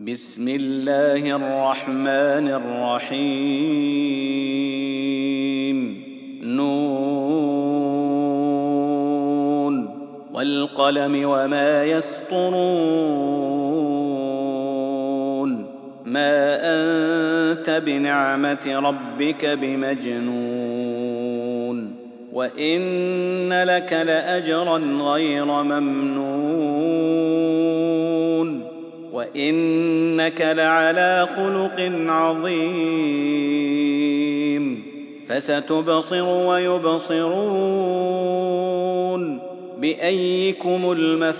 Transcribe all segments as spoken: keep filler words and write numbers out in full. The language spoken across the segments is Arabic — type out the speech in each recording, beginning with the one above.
بسم الله الرحمن الرحيم نون والقلم وما يسطرون ما أنت بنعمة ربك بمجنون وإن لك لأجرا غير ممنون وإنك لعلى خلق عظيم فستبصر ويبصرون بأيكم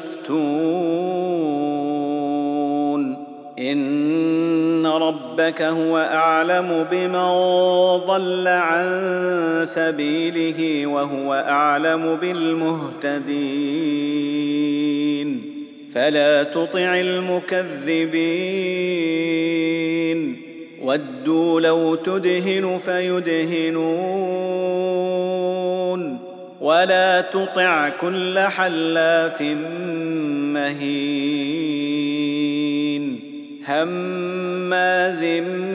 المفتون إن ربك هو أعلم بمن ضل عن سبيله وهو أعلم بالمهتدين فلا تطع المكذبين ودوا لو تدهن فيدهنون ولا تطع كل حلاف مهين هماز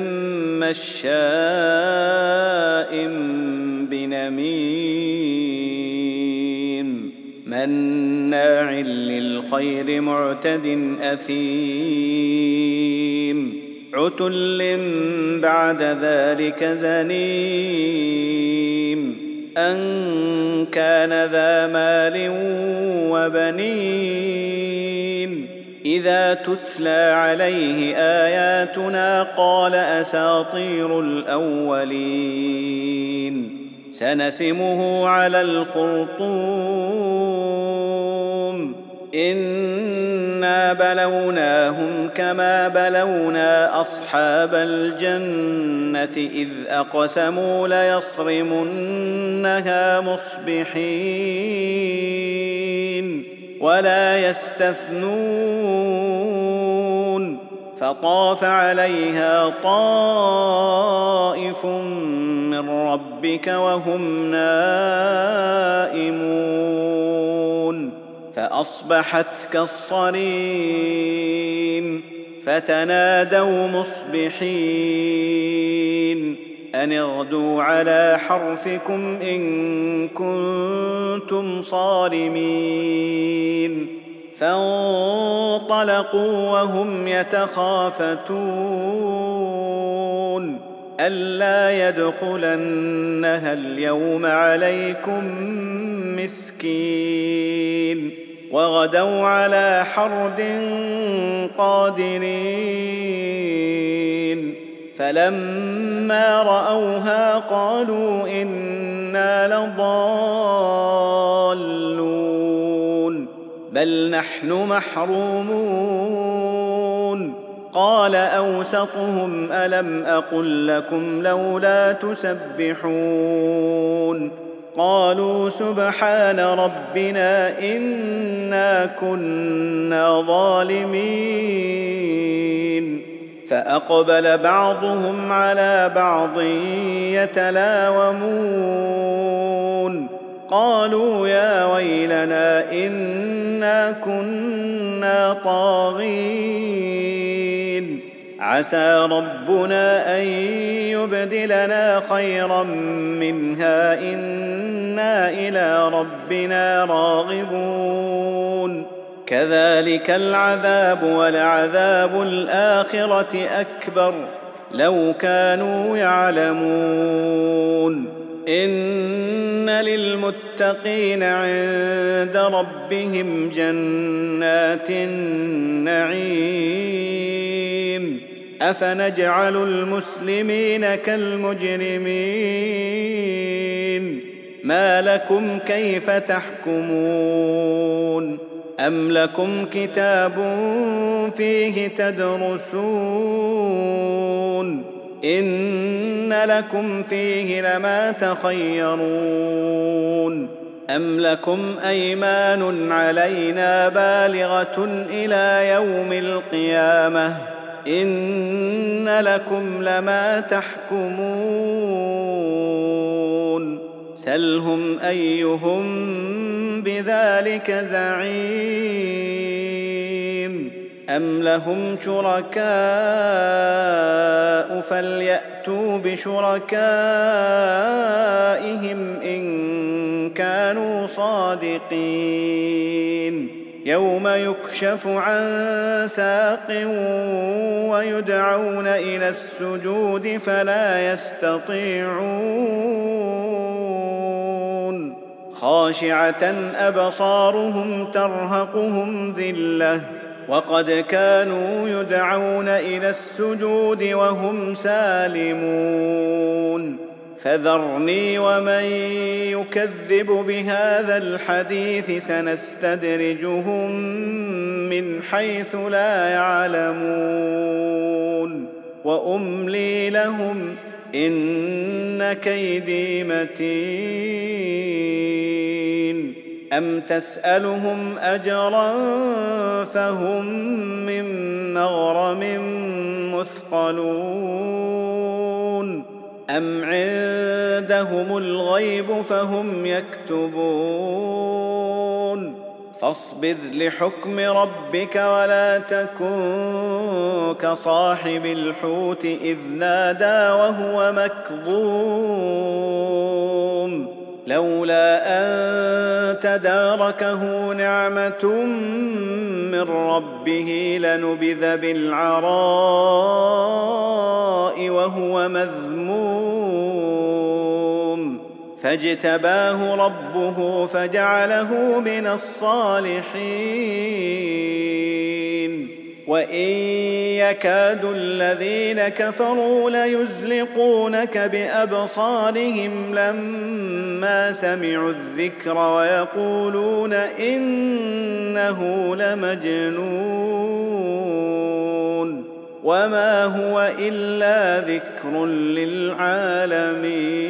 مشاء بنميم مناع للخير معتد أثيم عتل بعد ذلك زنيم أن كان ذا مال وبنين إذا تتلى عليه آياتنا قال أساطير الأولين سنسمه على الخرطوم إنا بلوناهم كما بلونا أصحاب الجنة إذ أقسموا ليصرمنها مصبحين ولا يستثنون فطاف عليها طائف من ربك وهم نائمون فأصبحت كالصريم فتنادوا مصبحين أن اغدوا على حرثكم إن كنتم صارمين فانطلقوا وهم يتخافتون ألا يدخلنها اليوم عليكم مسكين وغدوا على حرد قادرين فلما رأوها قالوا إنا لضالون بل نحن محرومون قال أوسطهم ألم أقل لكم لولا تسبحون قالوا سبحان ربنا إنا كنا ظالمين فأقبل بعضهم على بعض يتلاومون قالوا يا ويلنا إنا كنا طاغين عسى ربنا أن يبدلنا خيرا منها إنا إلى ربنا راغبون كذلك العذاب ولعذاب الآخرة أكبر لو كانوا يعلمون إن للمتقين عند ربهم جنات النعيم أفنجعل المسلمين كالمجرمين ما لكم كيف تحكمون أم لكم كتاب فيه تدرسون إن لكم فيه لما تخيرون أم لكم أيمان علينا بالغة إلى يوم القيامة إن لكم لما تحكمون سلهم أيهم بذلك زعيم أم لهم شركاء فليأتوا بشركائهم إن كانوا صادقين يوم يكشف عن ساق ويدعون إلى السجود فلا يستطيعون خاشعة أبصارهم ترهقهم ذلة وقد كانوا يدعون إلى السجود وهم سالمون فذرني ومن يكذب بهذا الحديث سنستدرجهم من حيث لا يعلمون وأملي لهم إن كيدي متين أم تسألهم أجرا فهم من مغرم مثقلون أم عندهم الغيب فهم يكتبون فاصبر لحكم ربك ولا تكن كصاحب الحوت إذ نادى وهو مكظوم لولا أن تداركه نعمة من ربه لنبذ بالعراء وهو مذموم فاجتباه ربه فجعله من الصالحين وإن يكاد الذين كفروا ليزلقونك بأبصارهم لما سمعوا الذكر ويقولون إنه لمجنون وما هو إلا ذكر للعالمين.